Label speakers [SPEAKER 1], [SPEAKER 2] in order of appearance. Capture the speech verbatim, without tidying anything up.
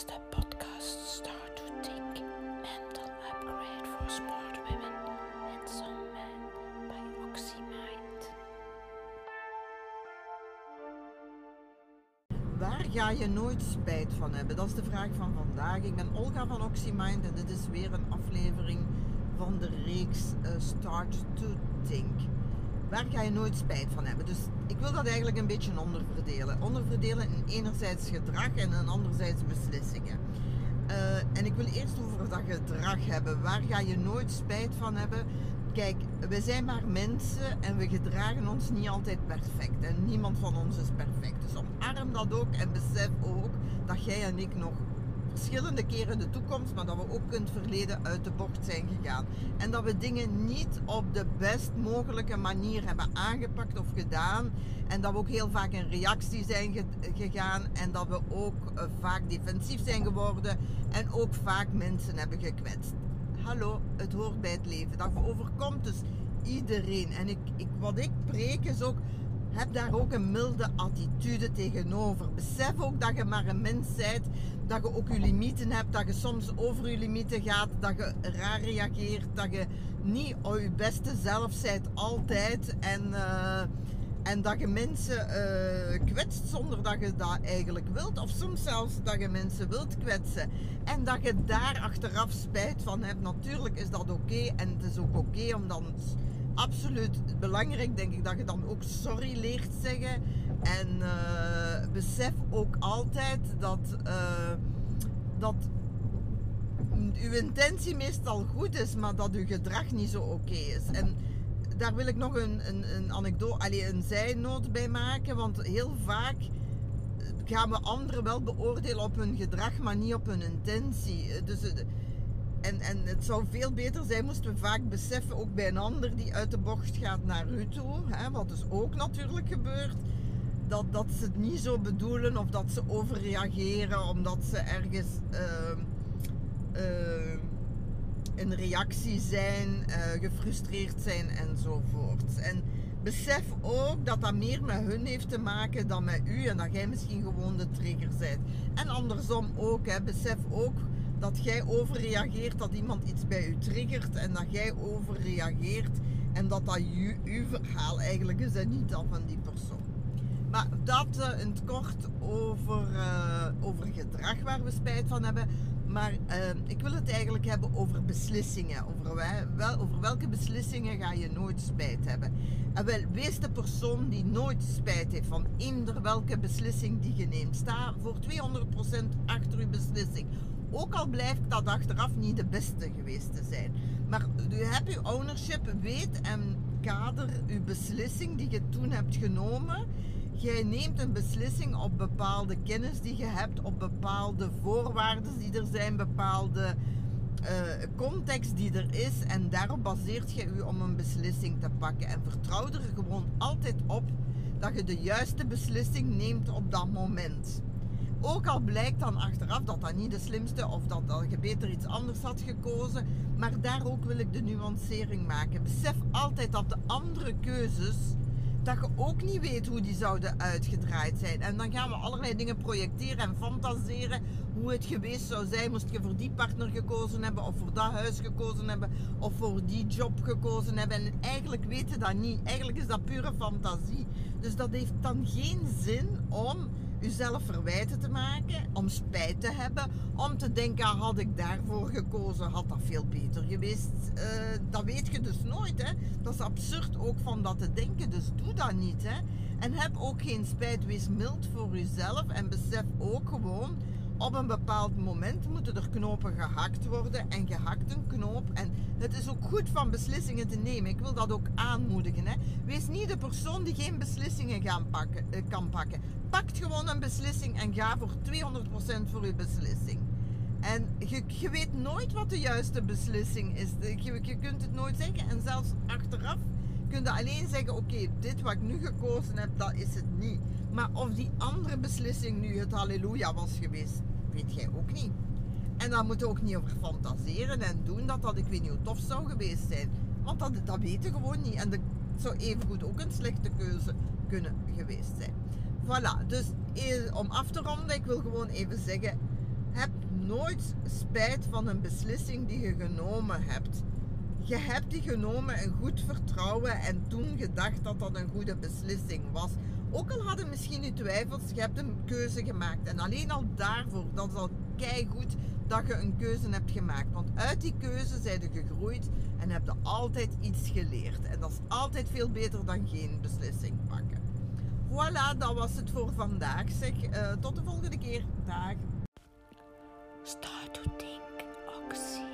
[SPEAKER 1] is de podcast Start to Think, Mental Upgrade for Smart Women and Some Men by OxyMind.
[SPEAKER 2] Waar ga je nooit spijt van hebben? Dat is de vraag van vandaag. Ik ben Olga van OxyMind en dit is weer een aflevering van de reeks uh, Start to Think. Waar ga je nooit spijt van hebben? Dus ik wil dat eigenlijk een beetje onderverdelen. Onderverdelen in enerzijds gedrag en in anderzijds beslissingen. Uh, en ik wil eerst over dat gedrag hebben. Waar ga je nooit spijt van hebben? Kijk, we zijn maar mensen en we gedragen ons niet altijd perfect. En niemand van ons is perfect. Dus omarm dat ook en besef ook dat jij en ik nog verschillende keren in de toekomst, maar dat we ook in het verleden uit de bocht zijn gegaan. En dat we dingen niet op de best mogelijke manier hebben aangepakt of gedaan. En dat we ook heel vaak in reactie zijn ge gegaan. En dat we ook uh, vaak defensief zijn geworden. En ook vaak mensen hebben gekwetst. Hallo, het hoort bij het leven. Dat overkomt dus iedereen. En ik, ik, wat ik preek is ook, heb daar ook een milde attitude tegenover. Besef ook dat je maar een mens bent, dat je ook je limieten hebt, dat je soms over je limieten gaat, dat je raar reageert, dat je niet je beste zelf bent altijd en, uh, en dat je mensen uh, kwetst zonder dat je dat eigenlijk wilt, of soms zelfs dat je mensen wilt kwetsen en dat je daar achteraf spijt van hebt. Natuurlijk is dat oké okay, en het is ook oké okay om dan absoluut belangrijk, denk ik, dat je dan ook sorry leert zeggen. En uh, besef ook altijd dat, uh, dat uw intentie meestal goed is, maar dat uw gedrag niet zo oké okay is. En daar wil ik nog een, een, een anekdote, allez, een zijnoot bij maken, want heel vaak gaan we anderen wel beoordelen op hun gedrag, maar niet op hun intentie. Dus En, en het zou veel beter zijn moesten we vaak beseffen, ook bij een ander die uit de bocht gaat naar u toe, hè, wat dus ook natuurlijk gebeurt, dat, dat ze het niet zo bedoelen of dat ze overreageren omdat ze ergens uh, uh, in reactie zijn, uh, gefrustreerd zijn enzovoort. En besef ook dat dat meer met hun heeft te maken dan met u en dat jij misschien gewoon de trigger bent. En andersom ook, hè, besef ook dat jij overreageert, dat iemand iets bij u triggert en dat jij overreageert en dat dat je, uw verhaal eigenlijk is en niet dat van die persoon. Maar dat uh, in het kort over, uh, over gedrag waar we spijt van hebben. Maar uh, ik wil het eigenlijk hebben over beslissingen. Over, wel, over welke beslissingen ga je nooit spijt hebben. En wel, wees de persoon die nooit spijt heeft van eender welke beslissing die je neemt. Sta voor tweehonderd procent achter je beslissing. Ook al blijft dat achteraf niet de beste geweest te zijn. Maar u hebt uw ownership, weet en kader uw beslissing die je toen hebt genomen. Jij neemt een beslissing op bepaalde kennis die je hebt, op bepaalde voorwaarden die er zijn, bepaalde uh, context die er is. En daarop baseert je u om een beslissing te pakken. En vertrouw er gewoon altijd op dat je de juiste beslissing neemt op dat moment. Ook al blijkt dan achteraf dat dat niet de slimste of dat, dat je beter iets anders had gekozen. Maar daar ook wil ik de nuancering maken. Besef altijd dat de andere keuzes, dat je ook niet weet hoe die zouden uitgedraaid zijn. En dan gaan we allerlei dingen projecteren en fantaseren hoe het geweest zou zijn. Moest je voor die partner gekozen hebben of voor dat huis gekozen hebben of voor die job gekozen hebben. En eigenlijk weet je dat niet. Eigenlijk is dat pure fantasie. Dus dat heeft dan geen zin om jezelf verwijten te maken, om spijt te hebben, om te denken, had ik daarvoor gekozen, had dat veel beter geweest. Uh, dat weet je dus nooit, hè. Dat is absurd ook van dat te denken, dus doe dat niet, hè. En heb ook geen spijt, wees mild voor jezelf en besef ook gewoon, op een bepaald moment moeten er knopen gehakt worden en gehakt een knoop. En het is ook goed van beslissingen te nemen. Ik wil dat ook aanmoedigen. Hè. Wees niet de persoon die geen beslissingen gaan pakken, eh, kan pakken. Pak gewoon een beslissing en ga voor tweehonderd procent voor je beslissing. En je, je weet nooit wat de juiste beslissing is. Je, je kunt het nooit zeggen. En zelfs achteraf kun je alleen zeggen, oké, okay, dit wat ik nu gekozen heb, dat is het niet. Maar of die andere beslissing nu het halleluja was geweest, weet jij ook niet. En daar moet je ook niet over fantaseren en doen dat dat ik weet niet hoe tof zou geweest zijn. Want dat, dat weet je gewoon niet. En dat zou evengoed ook een slechte keuze kunnen geweest zijn. Voilà, dus om af te ronden, ik wil gewoon even zeggen, Heb nooit spijt van een beslissing die je genomen hebt. Je hebt die genomen in goed vertrouwen en toen gedacht dat dat een goede beslissing was. Ook al hadden misschien je twijfels, je hebt een keuze gemaakt. En alleen al daarvoor, dat is al keigoed dat je een keuze hebt gemaakt. Want uit die keuze zijn je gegroeid en heb je altijd iets geleerd. En dat is altijd veel beter dan geen beslissing pakken. Voilà, dat was het voor vandaag. Zeg, uh, tot de volgende keer. Dag.
[SPEAKER 1] Start to think, Oxy.